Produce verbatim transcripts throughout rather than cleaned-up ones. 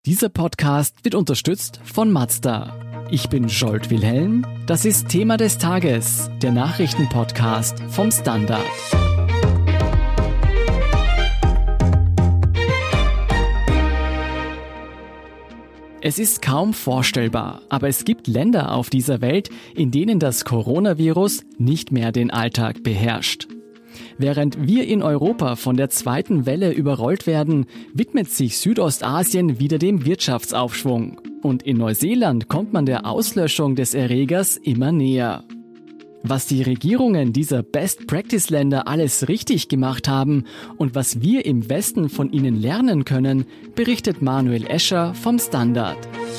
Dieser Podcast wird unterstützt von Mazda. Ich bin Scholt Wilhelm. Das ist Thema des Tages, der Nachrichtenpodcast vom Standard. Es ist kaum vorstellbar, aber es gibt Länder auf dieser Welt, in denen das Coronavirus nicht mehr den Alltag beherrscht. Während wir in Europa von der zweiten Welle überrollt werden, widmet sich Südostasien wieder dem Wirtschaftsaufschwung. Und in Neuseeland kommt man der Auslöschung des Erregers immer näher. Was die Regierungen dieser Best-Practice-Länder alles richtig gemacht haben und was wir im Westen von ihnen lernen können, berichtet Manuel Escher vom Standard.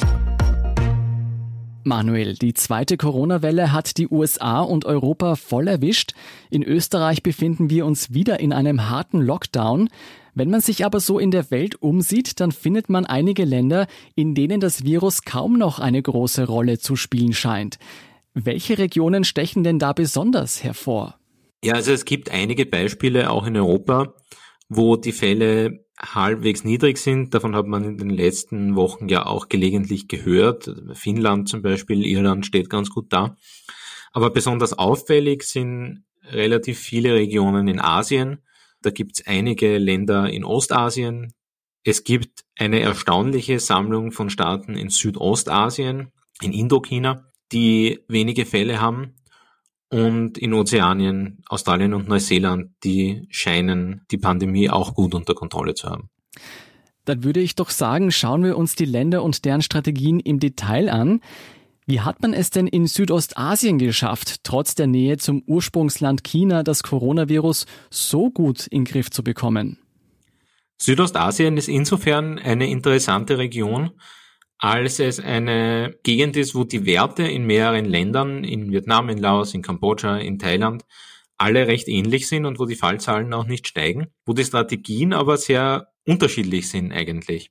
Manuel, die zweite Corona-Welle hat die U S A und Europa voll erwischt. In Österreich befinden wir uns wieder in einem harten Lockdown. Wenn man sich aber so in der Welt umsieht, dann findet man einige Länder, in denen das Virus kaum noch eine große Rolle zu spielen scheint. Welche Regionen stechen denn da besonders hervor? Ja, also es gibt einige Beispiele auch in Europa, wo die Fälle halbwegs niedrig sind. Davon hat man in den letzten Wochen ja auch gelegentlich gehört. Finnland zum Beispiel, Irland steht ganz gut da. Aber besonders auffällig sind relativ viele Regionen in Asien. Da gibt es einige Länder in Ostasien. Es gibt eine erstaunliche Sammlung von Staaten in Südostasien, in Indochina, die wenige Fälle haben. Und in Ozeanien, Australien und Neuseeland, die scheinen die Pandemie auch gut unter Kontrolle zu haben. Dann würde ich doch sagen, schauen wir uns die Länder und deren Strategien im Detail an. Wie hat man es denn in Südostasien geschafft, trotz der Nähe zum Ursprungsland China das Coronavirus so gut in den Griff zu bekommen? Südostasien ist insofern eine interessante Region, als es eine Gegend ist, wo die Werte in mehreren Ländern, in Vietnam, in Laos, in Kambodscha, in Thailand, alle recht ähnlich sind und wo die Fallzahlen auch nicht steigen, wo die Strategien aber sehr unterschiedlich sind eigentlich.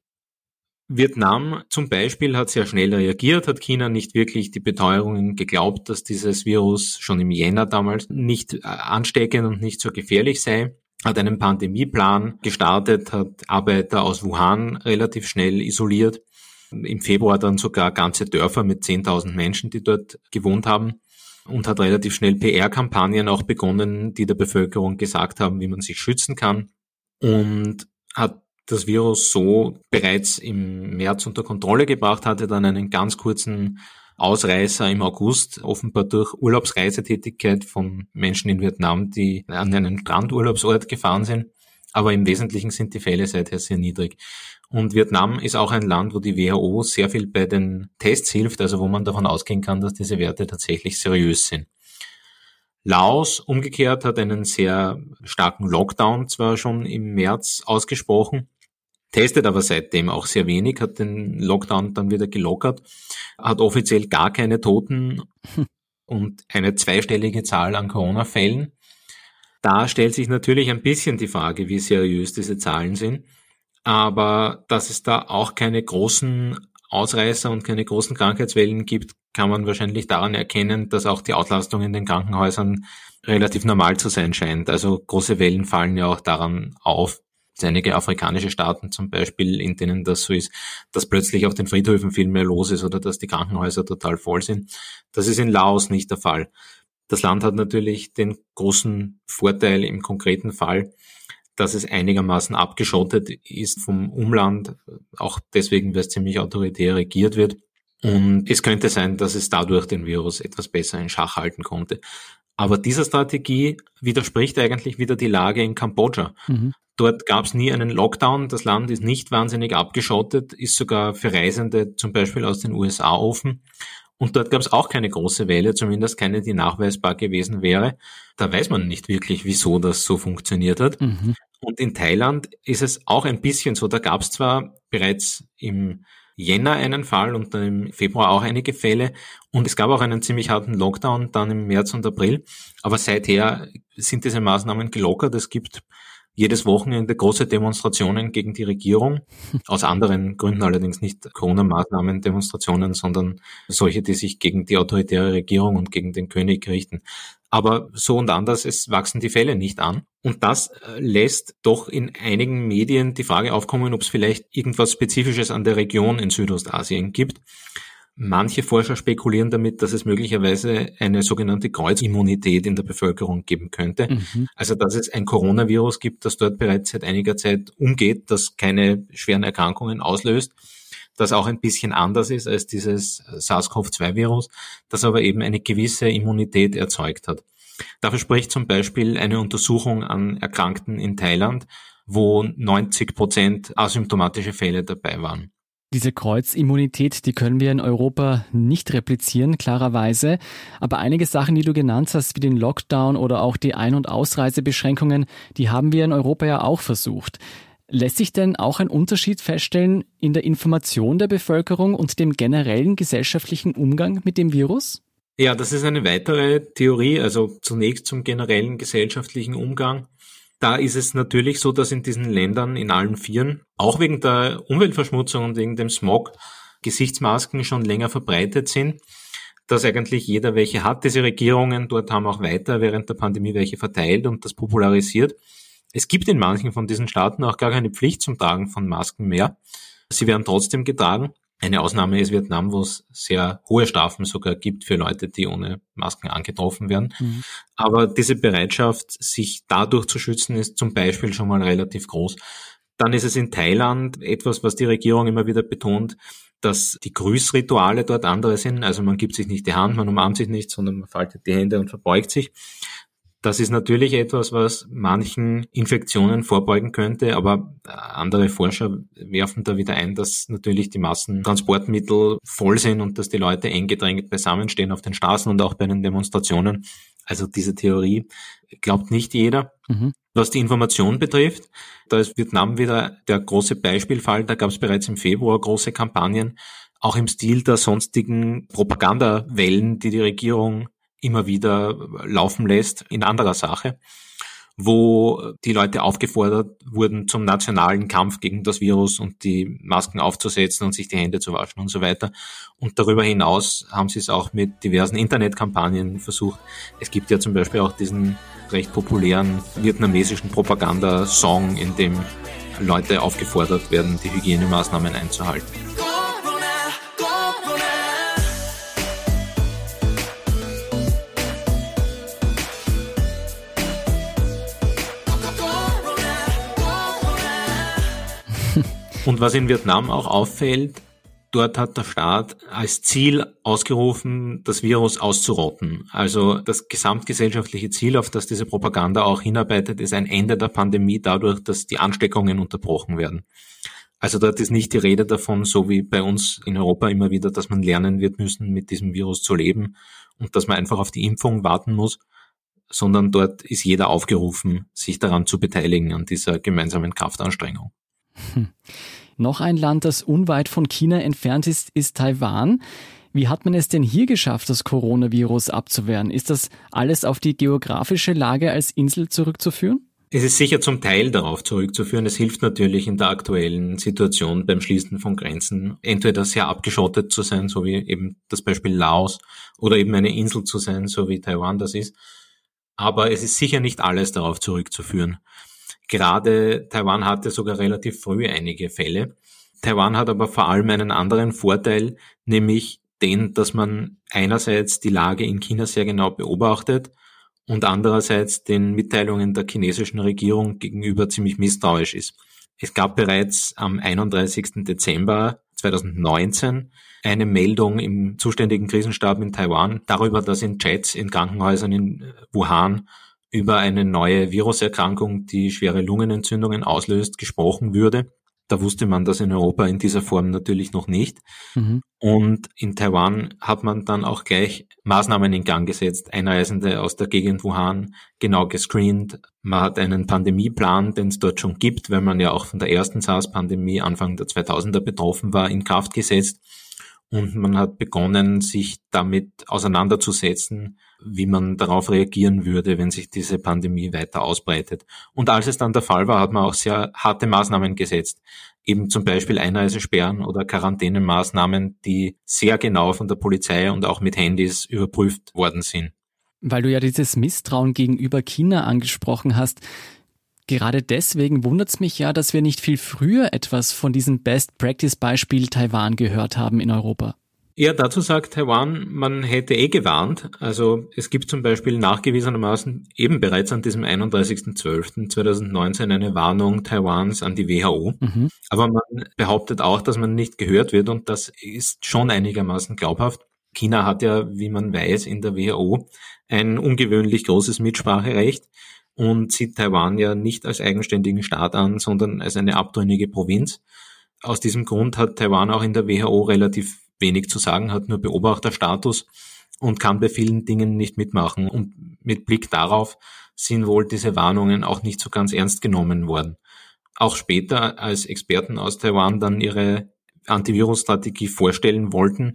Vietnam zum Beispiel hat sehr schnell reagiert, hat China nicht wirklich die Beteuerungen geglaubt, dass dieses Virus schon im Jänner damals nicht ansteckend und nicht so gefährlich sei, hat einen Pandemieplan gestartet, hat Arbeiter aus Wuhan relativ schnell isoliert, im Februar dann sogar ganze Dörfer mit zehntausend Menschen, die dort gewohnt haben, und hat relativ schnell P R-Kampagnen auch begonnen, die der Bevölkerung gesagt haben, wie man sich schützen kann, und hat das Virus so bereits im März unter Kontrolle gebracht, hatte dann einen ganz kurzen Ausreißer im August, offenbar durch Urlaubsreisetätigkeit von Menschen in Vietnam, die an einen Strandurlaubsort gefahren sind. Aber im Wesentlichen sind die Fälle seither sehr niedrig. Und Vietnam ist auch ein Land, wo die W H O sehr viel bei den Tests hilft, also wo man davon ausgehen kann, dass diese Werte tatsächlich seriös sind. Laos umgekehrt hat einen sehr starken Lockdown zwar schon im März ausgesprochen, testet aber seitdem auch sehr wenig, hat den Lockdown dann wieder gelockert, hat offiziell gar keine Toten und eine zweistellige Zahl an Corona-Fällen. Da stellt sich natürlich ein bisschen die Frage, wie seriös diese Zahlen sind. Aber dass es da auch keine großen Ausreißer und keine großen Krankheitswellen gibt, kann man wahrscheinlich daran erkennen, dass auch die Auslastung in den Krankenhäusern relativ normal zu sein scheint. Also große Wellen fallen ja auch daran auf. Es sind einige afrikanische Staaten zum Beispiel, in denen das so ist, dass plötzlich auf den Friedhöfen viel mehr los ist oder dass die Krankenhäuser total voll sind. Das ist in Laos nicht der Fall. Das Land hat natürlich den großen Vorteil im konkreten Fall, dass es einigermaßen abgeschottet ist vom Umland, auch deswegen, weil es ziemlich autoritär regiert wird. Und es könnte sein, dass es dadurch den Virus etwas besser in Schach halten konnte. Aber dieser Strategie widerspricht eigentlich wieder die Lage in Kambodscha. Mhm. Dort gab es nie einen Lockdown, das Land ist nicht wahnsinnig abgeschottet, ist sogar für Reisende zum Beispiel aus den U S A offen. Und dort gab es auch keine große Welle, zumindest keine, die nachweisbar gewesen wäre. Da weiß man nicht wirklich, wieso das so funktioniert hat. Mhm. Und in Thailand ist es auch ein bisschen so. Da gab es zwar bereits im Jänner einen Fall und dann im Februar auch einige Fälle. Und es gab auch einen ziemlich harten Lockdown dann im März und April. Aber seither sind diese Maßnahmen gelockert. Es gibt jedes Wochenende große Demonstrationen gegen die Regierung, aus anderen Gründen allerdings nicht Corona-Maßnahmen, Demonstrationen, sondern solche, die sich gegen die autoritäre Regierung und gegen den König richten. Aber so und anders, es wachsen die Fälle nicht an. Und das lässt doch in einigen Medien die Frage aufkommen, ob es vielleicht irgendwas Spezifisches an der Region in Südostasien gibt. Manche Forscher spekulieren damit, dass es möglicherweise eine sogenannte Kreuzimmunität in der Bevölkerung geben könnte. Mhm. Also dass es ein Coronavirus gibt, das dort bereits seit einiger Zeit umgeht, das keine schweren Erkrankungen auslöst, das auch ein bisschen anders ist als dieses SARS-C o V zwei Virus, das aber eben eine gewisse Immunität erzeugt hat. Dafür spricht zum Beispiel eine Untersuchung an Erkrankten in Thailand, wo neunzig Prozent asymptomatische Fälle dabei waren. Diese Kreuzimmunität, die können wir in Europa nicht replizieren, klarerweise. Aber einige Sachen, die du genannt hast, wie den Lockdown oder auch die Ein- und Ausreisebeschränkungen, die haben wir in Europa ja auch versucht. Lässt sich denn auch ein Unterschied feststellen in der Information der Bevölkerung und dem generellen gesellschaftlichen Umgang mit dem Virus? Ja, das ist eine weitere Theorie, also zunächst zum generellen gesellschaftlichen Umgang. Da ist es natürlich so, dass in diesen Ländern, in allen Vieren, auch wegen der Umweltverschmutzung und wegen dem Smog, Gesichtsmasken schon länger verbreitet sind, dass eigentlich jeder welche hat. Diese Regierungen dort haben auch weiter während der Pandemie welche verteilt und das popularisiert. Es gibt in manchen von diesen Staaten auch gar keine Pflicht zum Tragen von Masken mehr. Sie werden trotzdem getragen. Eine Ausnahme ist Vietnam, wo es sehr hohe Strafen sogar gibt für Leute, die ohne Masken angetroffen werden. Mhm. Aber diese Bereitschaft, sich dadurch zu schützen, ist zum Beispiel schon mal relativ groß. Dann ist es in Thailand etwas, was die Regierung immer wieder betont, dass die Grüßrituale dort andere sind. Also man gibt sich nicht die Hand, man umarmt sich nicht, sondern man faltet die Hände und verbeugt sich. Das ist natürlich etwas, was manchen Infektionen vorbeugen könnte, aber andere Forscher werfen da wieder ein, dass natürlich die Massentransportmittel voll sind und dass die Leute eng gedrängt beisammenstehen auf den Straßen und auch bei den Demonstrationen. Also diese Theorie glaubt nicht jeder. Mhm. Was die Information betrifft, da ist Vietnam wieder der große Beispielfall. Da gab es bereits im Februar große Kampagnen, auch im Stil der sonstigen Propagandawellen, die die Regierung immer wieder laufen lässt in anderer Sache, wo die Leute aufgefordert wurden, zum nationalen Kampf gegen das Virus und die Masken aufzusetzen und sich die Hände zu waschen und so weiter. Und darüber hinaus haben sie es auch mit diversen Internetkampagnen versucht. Es gibt ja zum Beispiel auch diesen recht populären vietnamesischen Propagandasong, in dem Leute aufgefordert werden, die Hygienemaßnahmen einzuhalten. Und was in Vietnam auch auffällt, dort hat der Staat als Ziel ausgerufen, das Virus auszurotten. Also das gesamtgesellschaftliche Ziel, auf das diese Propaganda auch hinarbeitet, ist ein Ende der Pandemie dadurch, dass die Ansteckungen unterbrochen werden. Also dort ist nicht die Rede davon, so wie bei uns in Europa immer wieder, dass man lernen wird müssen, mit diesem Virus zu leben und dass man einfach auf die Impfung warten muss, sondern dort ist jeder aufgerufen, sich daran zu beteiligen, an dieser gemeinsamen Kraftanstrengung. Hm. Noch ein Land, das unweit von China entfernt ist, ist Taiwan. Wie hat man es denn hier geschafft, das Coronavirus abzuwehren? Ist das alles auf die geografische Lage als Insel zurückzuführen? Es ist sicher zum Teil darauf zurückzuführen. Es hilft natürlich in der aktuellen Situation beim Schließen von Grenzen, entweder sehr abgeschottet zu sein, so wie eben das Beispiel Laos, oder eben eine Insel zu sein, so wie Taiwan das ist. Aber es ist sicher nicht alles darauf zurückzuführen. Gerade Taiwan hatte sogar relativ früh einige Fälle. Taiwan hat aber vor allem einen anderen Vorteil, nämlich den, dass man einerseits die Lage in China sehr genau beobachtet und andererseits den Mitteilungen der chinesischen Regierung gegenüber ziemlich misstrauisch ist. Es gab bereits am einunddreißigsten Dezember zweitausendneunzehn eine Meldung im zuständigen Krisenstab in Taiwan darüber, dass in Chats in Krankenhäusern in Wuhan über eine neue Viruserkrankung, die schwere Lungenentzündungen auslöst, gesprochen würde. Da wusste man das in Europa in dieser Form natürlich noch nicht. Mhm. Und in Taiwan hat man dann auch gleich Maßnahmen in Gang gesetzt. Einreisende aus der Gegend Wuhan genau gescreent. Man hat einen Pandemieplan, den es dort schon gibt, weil man ja auch von der ersten SARS-Pandemie Anfang der zweitausender betroffen war, in Kraft gesetzt. Und man hat begonnen, sich damit auseinanderzusetzen, wie man darauf reagieren würde, wenn sich diese Pandemie weiter ausbreitet. Und als es dann der Fall war, hat man auch sehr harte Maßnahmen gesetzt. Eben zum Beispiel Einreisesperren oder Quarantänemaßnahmen, die sehr genau von der Polizei und auch mit Handys überprüft worden sind. Weil du ja dieses Misstrauen gegenüber China angesprochen hast, gerade deswegen wundert es mich ja, dass wir nicht viel früher etwas von diesem Best-Practice-Beispiel Taiwan gehört haben in Europa. Ja, dazu sagt Taiwan, man hätte eh gewarnt. Also es gibt zum Beispiel nachgewiesenermaßen eben bereits an diesem einunddreißigsten zwölften zweitausendneunzehn eine Warnung Taiwans an die W H O. Mhm. Aber man behauptet auch, dass man nicht gehört wird und das ist schon einigermaßen glaubhaft. China hat ja, wie man weiß, in der W H O ein ungewöhnlich großes Mitspracherecht und sieht Taiwan ja nicht als eigenständigen Staat an, sondern als eine abtrünnige Provinz. Aus diesem Grund hat Taiwan auch in der W H O relativ wenig zu sagen, hat nur Beobachterstatus und kann bei vielen Dingen nicht mitmachen. Und mit Blick darauf sind wohl diese Warnungen auch nicht so ganz ernst genommen worden. Auch später, als Experten aus Taiwan dann ihre Antivirus-Strategie vorstellen wollten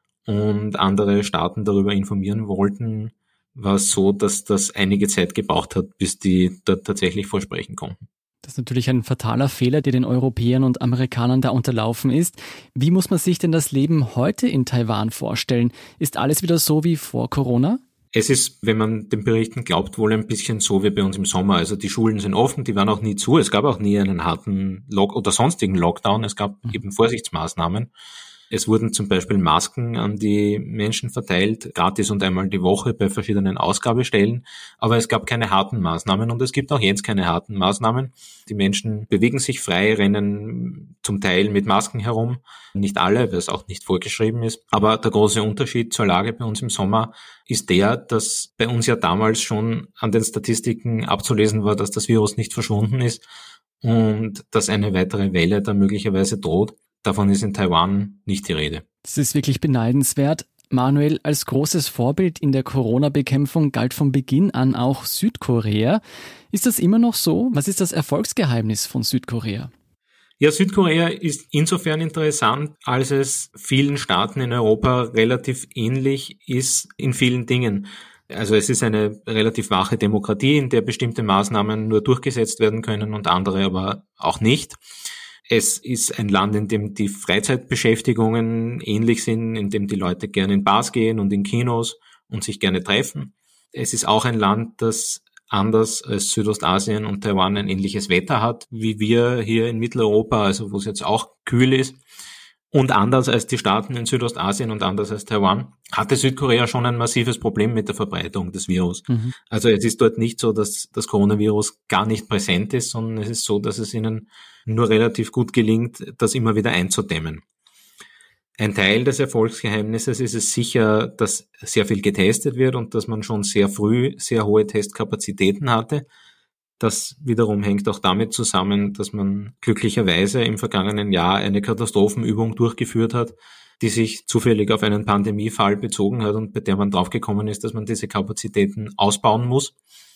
und andere Staaten darüber informieren wollten, war es so, dass das einige Zeit gebraucht hat, bis die dort tatsächlich vorsprechen konnten. Das ist natürlich ein fataler Fehler, der den Europäern und Amerikanern da unterlaufen ist. Wie muss man sich denn das Leben heute in Taiwan vorstellen? Ist alles wieder so wie vor Corona? Es ist, wenn man den Berichten glaubt, wohl ein bisschen so wie bei uns im Sommer. Also die Schulen sind offen, die waren auch nie zu. Es gab auch nie einen harten Lock- oder sonstigen Lockdown. Es gab eben Vorsichtsmaßnahmen. Es wurden zum Beispiel Masken an die Menschen verteilt, gratis und einmal die Woche bei verschiedenen Ausgabestellen. Aber es gab keine harten Maßnahmen und es gibt auch jetzt keine harten Maßnahmen. Die Menschen bewegen sich frei, rennen zum Teil mit Masken herum. Nicht alle, weil es auch nicht vorgeschrieben ist. Aber der große Unterschied zur Lage bei uns im Sommer ist der, dass bei uns ja damals schon an den Statistiken abzulesen war, dass das Virus nicht verschwunden ist und dass eine weitere Welle da möglicherweise droht. Davon ist in Taiwan nicht die Rede. Das ist wirklich beneidenswert. Manuel, als großes Vorbild in der Corona-Bekämpfung galt von Beginn an auch Südkorea. Ist das immer noch so? Was ist das Erfolgsgeheimnis von Südkorea? Ja, Südkorea ist insofern interessant, als es vielen Staaten in Europa relativ ähnlich ist in vielen Dingen. Also es ist eine relativ wache Demokratie, in der bestimmte Maßnahmen nur durchgesetzt werden können und andere aber auch nicht. Es ist ein Land, in dem die Freizeitbeschäftigungen ähnlich sind, in dem die Leute gerne in Bars gehen und in Kinos und sich gerne treffen. Es ist auch ein Land, das anders als Südostasien und Taiwan ein ähnliches Wetter hat, wie wir hier in Mitteleuropa, also wo es jetzt auch kühl ist. Und anders als die Staaten in Südostasien und anders als Taiwan hatte Südkorea schon ein massives Problem mit der Verbreitung des Virus. Mhm. Also es ist dort nicht so, dass das Coronavirus gar nicht präsent ist, sondern es ist so, dass es ihnen nur relativ gut gelingt, das immer wieder einzudämmen. Ein Teil des Erfolgsgeheimnisses ist es sicher, dass sehr viel getestet wird und dass man schon sehr früh sehr hohe Testkapazitäten hatte. Das wiederum hängt auch damit zusammen, dass man glücklicherweise im vergangenen Jahr eine Katastrophenübung durchgeführt hat, die sich zufällig auf einen Pandemiefall bezogen hat und bei der man draufgekommen ist, dass man diese Kapazitäten ausbauen muss.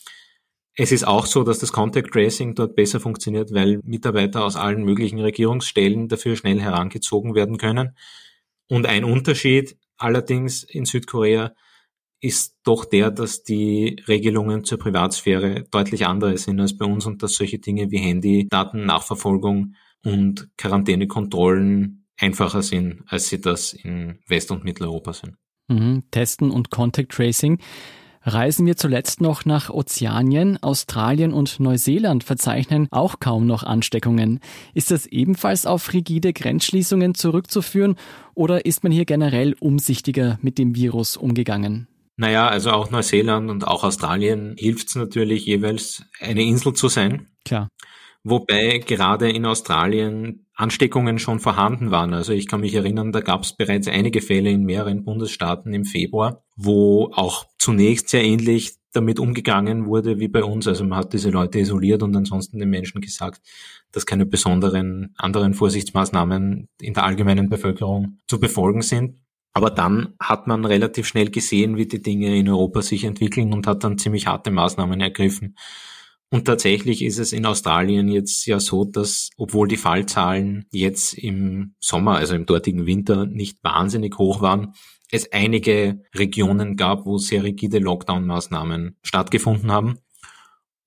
Es ist auch so, dass das Contact Tracing dort besser funktioniert, weil Mitarbeiter aus allen möglichen Regierungsstellen dafür schnell herangezogen werden können. Und ein Unterschied allerdings in Südkorea ist doch der, dass die Regelungen zur Privatsphäre deutlich andere sind als bei uns und dass solche Dinge wie Handy, Datennachverfolgung und Quarantänekontrollen einfacher sind, als sie das in West- und Mitteleuropa sind. Mhm, Testen und Contact Tracing. Reisen wir zuletzt noch nach Ozeanien, Australien und Neuseeland verzeichnen auch kaum noch Ansteckungen. Ist das ebenfalls auf rigide Grenzschließungen zurückzuführen oder ist man hier generell umsichtiger mit dem Virus umgegangen? Naja, also auch Neuseeland und auch Australien hilft es natürlich jeweils, eine Insel zu sein. Klar. Wobei gerade in Australien Ansteckungen schon vorhanden waren. Also ich kann mich erinnern, da gab es bereits einige Fälle in mehreren Bundesstaaten im Februar, wo auch zunächst sehr ähnlich damit umgegangen wurde wie bei uns. Also man hat diese Leute isoliert und ansonsten den Menschen gesagt, dass keine besonderen anderen Vorsichtsmaßnahmen in der allgemeinen Bevölkerung zu befolgen sind. Aber dann hat man relativ schnell gesehen, wie die Dinge in Europa sich entwickeln und hat dann ziemlich harte Maßnahmen ergriffen. Und tatsächlich ist es in Australien jetzt ja so, dass, obwohl die Fallzahlen jetzt im Sommer, also im dortigen Winter, nicht wahnsinnig hoch waren, es einige Regionen gab, wo sehr rigide Lockdown-Maßnahmen stattgefunden haben.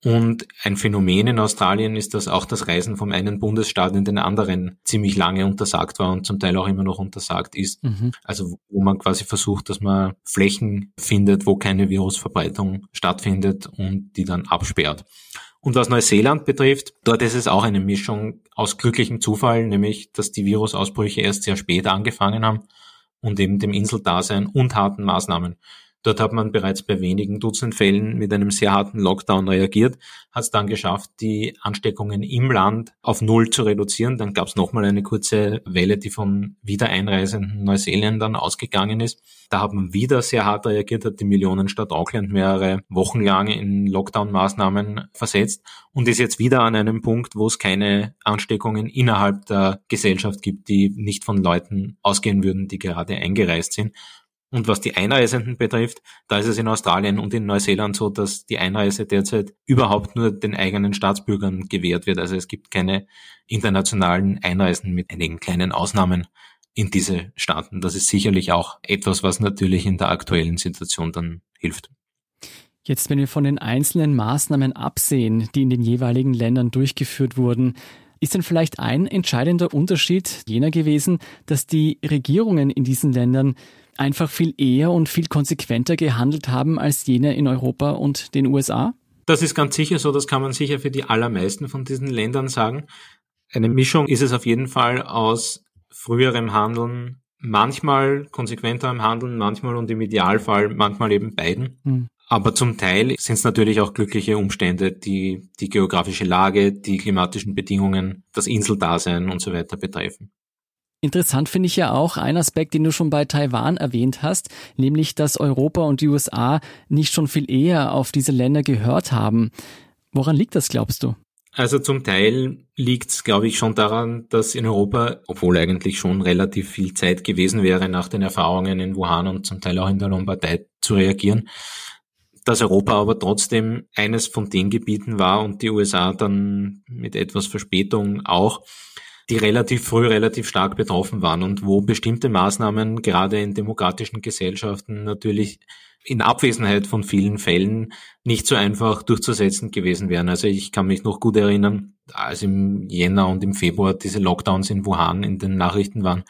Und ein Phänomen in Australien ist, dass auch das Reisen vom einen Bundesstaat in den anderen ziemlich lange untersagt war und zum Teil auch immer noch untersagt ist. Mhm. Also wo man quasi versucht, dass man Flächen findet, wo keine Virusverbreitung stattfindet und die dann absperrt. Und was Neuseeland betrifft, dort ist es auch eine Mischung aus glücklichem Zufall, nämlich dass die Virusausbrüche erst sehr spät angefangen haben und eben dem Inseldasein und harten Maßnahmen. Dort hat man bereits bei wenigen Dutzend Fällen mit einem sehr harten Lockdown reagiert, hat es dann geschafft, die Ansteckungen im Land auf Null zu reduzieren. Dann gab es nochmal eine kurze Welle, die von wieder einreisenden Neuseeländern ausgegangen ist. Da hat man wieder sehr hart reagiert, hat die Millionenstadt Auckland mehrere Wochen lang in Lockdown-Maßnahmen versetzt und ist jetzt wieder an einem Punkt, wo es keine Ansteckungen innerhalb der Gesellschaft gibt, die nicht von Leuten ausgehen würden, die gerade eingereist sind. Und was die Einreisenden betrifft, da ist es in Australien und in Neuseeland so, dass die Einreise derzeit überhaupt nur den eigenen Staatsbürgern gewährt wird. Also es gibt keine internationalen Einreisen mit einigen kleinen Ausnahmen in diese Staaten. Das ist sicherlich auch etwas, was natürlich in der aktuellen Situation dann hilft. Jetzt, wenn wir von den einzelnen Maßnahmen absehen, die in den jeweiligen Ländern durchgeführt wurden, ist denn vielleicht ein entscheidender Unterschied jener gewesen, dass die Regierungen in diesen Ländern einfach viel eher und viel konsequenter gehandelt haben als jene in Europa und den U S A? Das ist ganz sicher so, das kann man sicher für die allermeisten von diesen Ländern sagen. Eine Mischung ist es auf jeden Fall aus früherem Handeln, manchmal konsequenterem Handeln, manchmal und im Idealfall manchmal eben beiden. Hm. Aber zum Teil sind es natürlich auch glückliche Umstände, die die geografische Lage, die klimatischen Bedingungen, das Inseldasein und so weiter betreffen. Interessant finde ich ja auch einen Aspekt, den du schon bei Taiwan erwähnt hast, nämlich, dass Europa und die U S A nicht schon viel eher auf diese Länder gehört haben. Woran liegt das, glaubst du? Also zum Teil liegt es, glaube ich, schon daran, dass in Europa, obwohl eigentlich schon relativ viel Zeit gewesen wäre, nach den Erfahrungen in Wuhan und zum Teil auch in der Lombardei zu reagieren, dass Europa aber trotzdem eines von den Gebieten war und die U S A dann mit etwas Verspätung auch, die relativ früh relativ stark betroffen waren und wo bestimmte Maßnahmen gerade in demokratischen Gesellschaften natürlich in Abwesenheit von vielen Fällen nicht so einfach durchzusetzen gewesen wären. Also ich kann mich noch gut erinnern, als im Jänner und im Februar diese Lockdowns in Wuhan in den Nachrichten waren,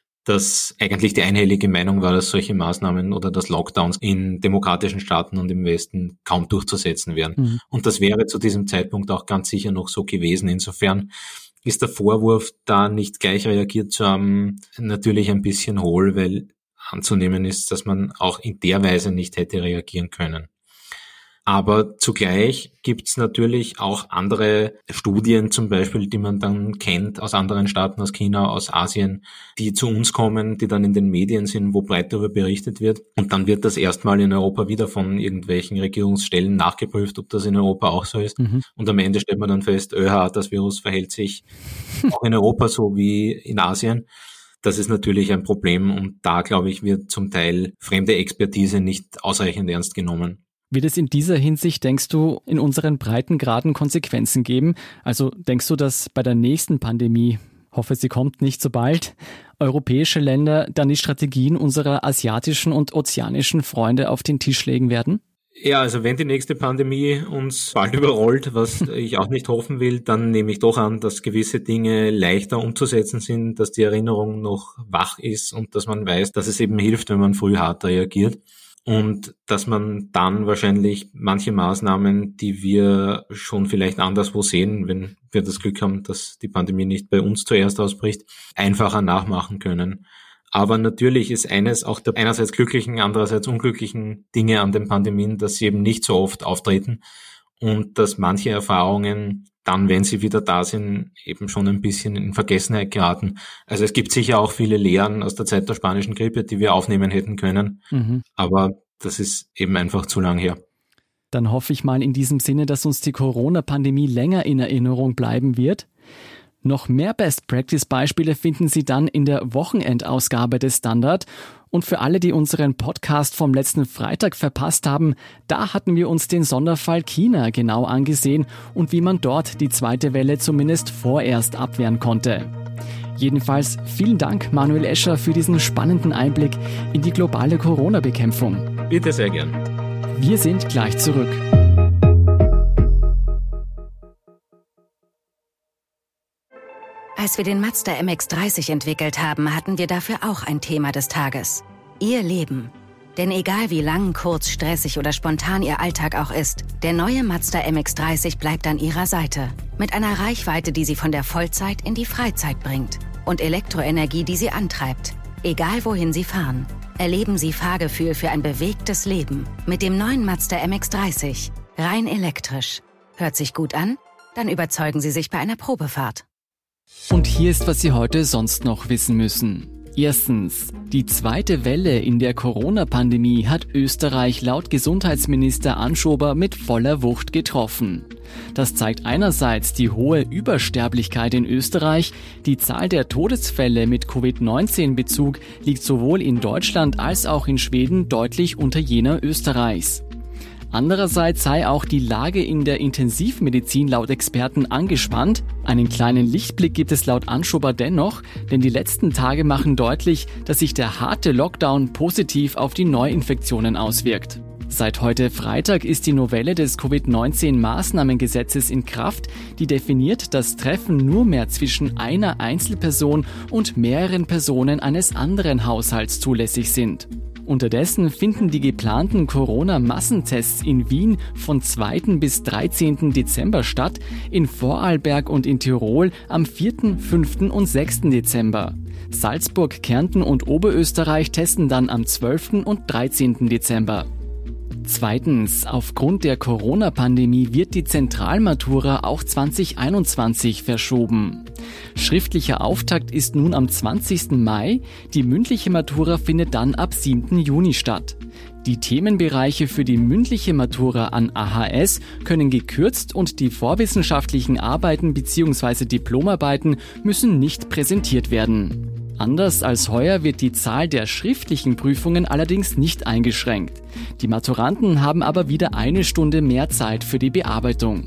dass eigentlich die einhellige Meinung war, dass solche Maßnahmen oder dass Lockdowns in demokratischen Staaten und im Westen kaum durchzusetzen wären. Mhm. Und das wäre zu diesem Zeitpunkt auch ganz sicher noch so gewesen. Insofern ist der Vorwurf, da nicht gleich reagiert zu haben, natürlich ein bisschen hohl, weil anzunehmen ist, dass man auch in der Weise nicht hätte reagieren können. Aber zugleich gibt's natürlich auch andere Studien, zum Beispiel, die man dann kennt aus anderen Staaten, aus China, aus Asien, die zu uns kommen, die dann in den Medien sind, wo breit darüber berichtet wird. Und dann wird das erstmal in Europa wieder von irgendwelchen Regierungsstellen nachgeprüft, ob das in Europa auch so ist. Mhm. Und am Ende stellt man dann fest, öha, das Virus verhält sich auch in Europa so wie in Asien. Das ist natürlich ein Problem und da, glaube ich, wird zum Teil fremde Expertise nicht ausreichend ernst genommen. Wird es in dieser Hinsicht, denkst du, in unseren Breitengraden Konsequenzen geben? Also denkst du, dass bei der nächsten Pandemie, hoffe, sie kommt nicht so bald, europäische Länder dann die Strategien unserer asiatischen und ozeanischen Freunde auf den Tisch legen werden? Ja, also wenn die nächste Pandemie uns bald überrollt, was ich auch nicht hoffen will, dann nehme ich doch an, dass gewisse Dinge leichter umzusetzen sind, dass die Erinnerung noch wach ist und dass man weiß, dass es eben hilft, wenn man früh hart reagiert. Und dass man dann wahrscheinlich manche Maßnahmen, die wir schon vielleicht anderswo sehen, wenn wir das Glück haben, dass die Pandemie nicht bei uns zuerst ausbricht, einfacher nachmachen können. Aber natürlich ist eines auch der einerseits glücklichen, andererseits unglücklichen Dinge an den Pandemien, dass sie eben nicht so oft auftreten und dass manche Erfahrungen dann, wenn sie wieder da sind, eben schon ein bisschen in Vergessenheit geraten. Also es gibt sicher auch viele Lehren aus der Zeit der spanischen Grippe, die wir aufnehmen hätten können. Mhm. Aber das ist eben einfach zu lang her. Dann hoffe ich mal in diesem Sinne, dass uns die Corona-Pandemie länger in Erinnerung bleiben wird. Noch mehr Best-Practice-Beispiele finden Sie dann in der Wochenendausgabe des Standard. Und für alle, die unseren Podcast vom letzten Freitag verpasst haben, da hatten wir uns den Sonderfall China genau angesehen und wie man dort die zweite Welle zumindest vorerst abwehren konnte. Jedenfalls vielen Dank, Manuel Escher, für diesen spannenden Einblick in die globale Corona-Bekämpfung. Bitte sehr gern. Wir sind gleich zurück. Als wir den Mazda M X dreißig entwickelt haben, hatten wir dafür auch ein Thema des Tages. Ihr Leben. Denn egal wie lang, kurz, stressig oder spontan Ihr Alltag auch ist, der neue Mazda M X dreißig bleibt an Ihrer Seite. Mit einer Reichweite, die Sie von der Vollzeit in die Freizeit bringt. Und Elektroenergie, die Sie antreibt. Egal wohin Sie fahren. Erleben Sie Fahrgefühl für ein bewegtes Leben. Mit dem neuen Mazda M X dreißig. Rein elektrisch. Hört sich gut an? Dann überzeugen Sie sich bei einer Probefahrt. Und hier ist, was Sie heute sonst noch wissen müssen. Erstens. Die zweite Welle in der Corona-Pandemie hat Österreich laut Gesundheitsminister Anschober mit voller Wucht getroffen. Das zeigt einerseits die hohe Übersterblichkeit in Österreich. Die Zahl der Todesfälle mit Covid neunzehn Bezug liegt sowohl in Deutschland als auch in Schweden deutlich unter jener Österreichs. Andererseits sei auch die Lage in der Intensivmedizin laut Experten angespannt. Einen kleinen Lichtblick gibt es laut Anschober dennoch, denn die letzten Tage machen deutlich, dass sich der harte Lockdown positiv auf die Neuinfektionen auswirkt. Seit heute Freitag ist die Novelle des Covid neunzehn Maßnahmengesetzes in Kraft, die definiert, dass Treffen nur mehr zwischen einer Einzelperson und mehreren Personen eines anderen Haushalts zulässig sind. Unterdessen finden die geplanten Corona-Massentests in Wien von zweiten bis dreizehnten Dezember statt, in Vorarlberg und in Tirol am vierten, fünften und sechsten Dezember. Salzburg, Kärnten und Oberösterreich testen dann am zwölften und dreizehnten Dezember. Zweitens, aufgrund der Corona-Pandemie wird die Zentralmatura auch zwanzig einundzwanzig verschoben. Schriftlicher Auftakt ist nun am zwanzigsten Mai, die mündliche Matura findet dann ab siebten Juni statt. Die Themenbereiche für die mündliche Matura an A H S können gekürzt und die vorwissenschaftlichen Arbeiten bzw. Diplomarbeiten müssen nicht präsentiert werden. Anders als heuer wird die Zahl der schriftlichen Prüfungen allerdings nicht eingeschränkt. Die Maturanten haben aber wieder eine Stunde mehr Zeit für die Bearbeitung.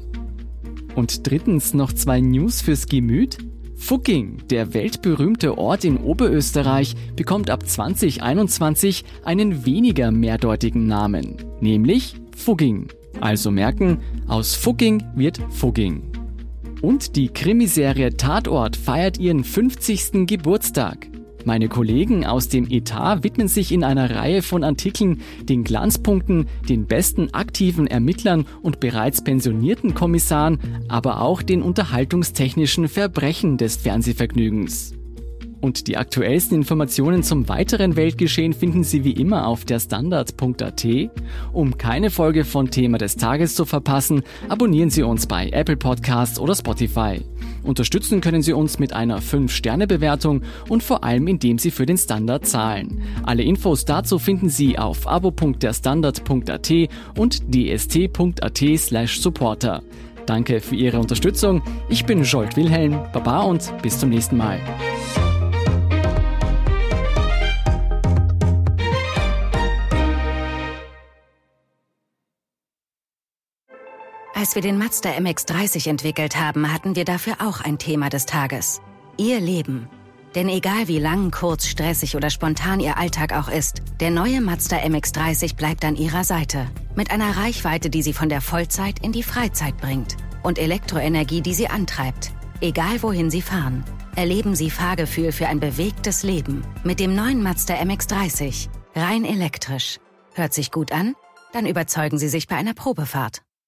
Und drittens noch zwei News fürs Gemüt. Fugging, der weltberühmte Ort in Oberösterreich, bekommt ab zwanzig einundzwanzig einen weniger mehrdeutigen Namen, nämlich Fugging. Also merken, aus Fugging wird Fugging. Und die Krimiserie Tatort feiert ihren fünfzigsten Geburtstag. Meine Kollegen aus dem Etat widmen sich in einer Reihe von Artikeln den Glanzpunkten, den besten aktiven Ermittlern und bereits pensionierten Kommissaren, aber auch den unterhaltungstechnischen Verbrechen des Fernsehvergnügens. Und die aktuellsten Informationen zum weiteren Weltgeschehen finden Sie wie immer auf der Standard punkt a t. Um keine Folge von Thema des Tages zu verpassen, abonnieren Sie uns bei Apple Podcasts oder Spotify. Unterstützen können Sie uns mit einer fünf Sterne Bewertung und vor allem indem Sie für den Standard zahlen. Alle Infos dazu finden Sie auf abo punkt der standard punkt a t und d s t punkt a t slash supporter. Danke für Ihre Unterstützung. Ich bin Jolt Wilhelm, Baba und bis zum nächsten Mal. Als wir den Mazda M X dreißig entwickelt haben, hatten wir dafür auch ein Thema des Tages. Ihr Leben. Denn egal wie lang, kurz, stressig oder spontan Ihr Alltag auch ist, der neue Mazda M X dreißig bleibt an Ihrer Seite. Mit einer Reichweite, die Sie von der Vollzeit in die Freizeit bringt. Und Elektroenergie, die Sie antreibt. Egal wohin Sie fahren. Erleben Sie Fahrgefühl für ein bewegtes Leben. Mit dem neuen Mazda M X dreißig. Rein elektrisch. Hört sich gut an? Dann überzeugen Sie sich bei einer Probefahrt.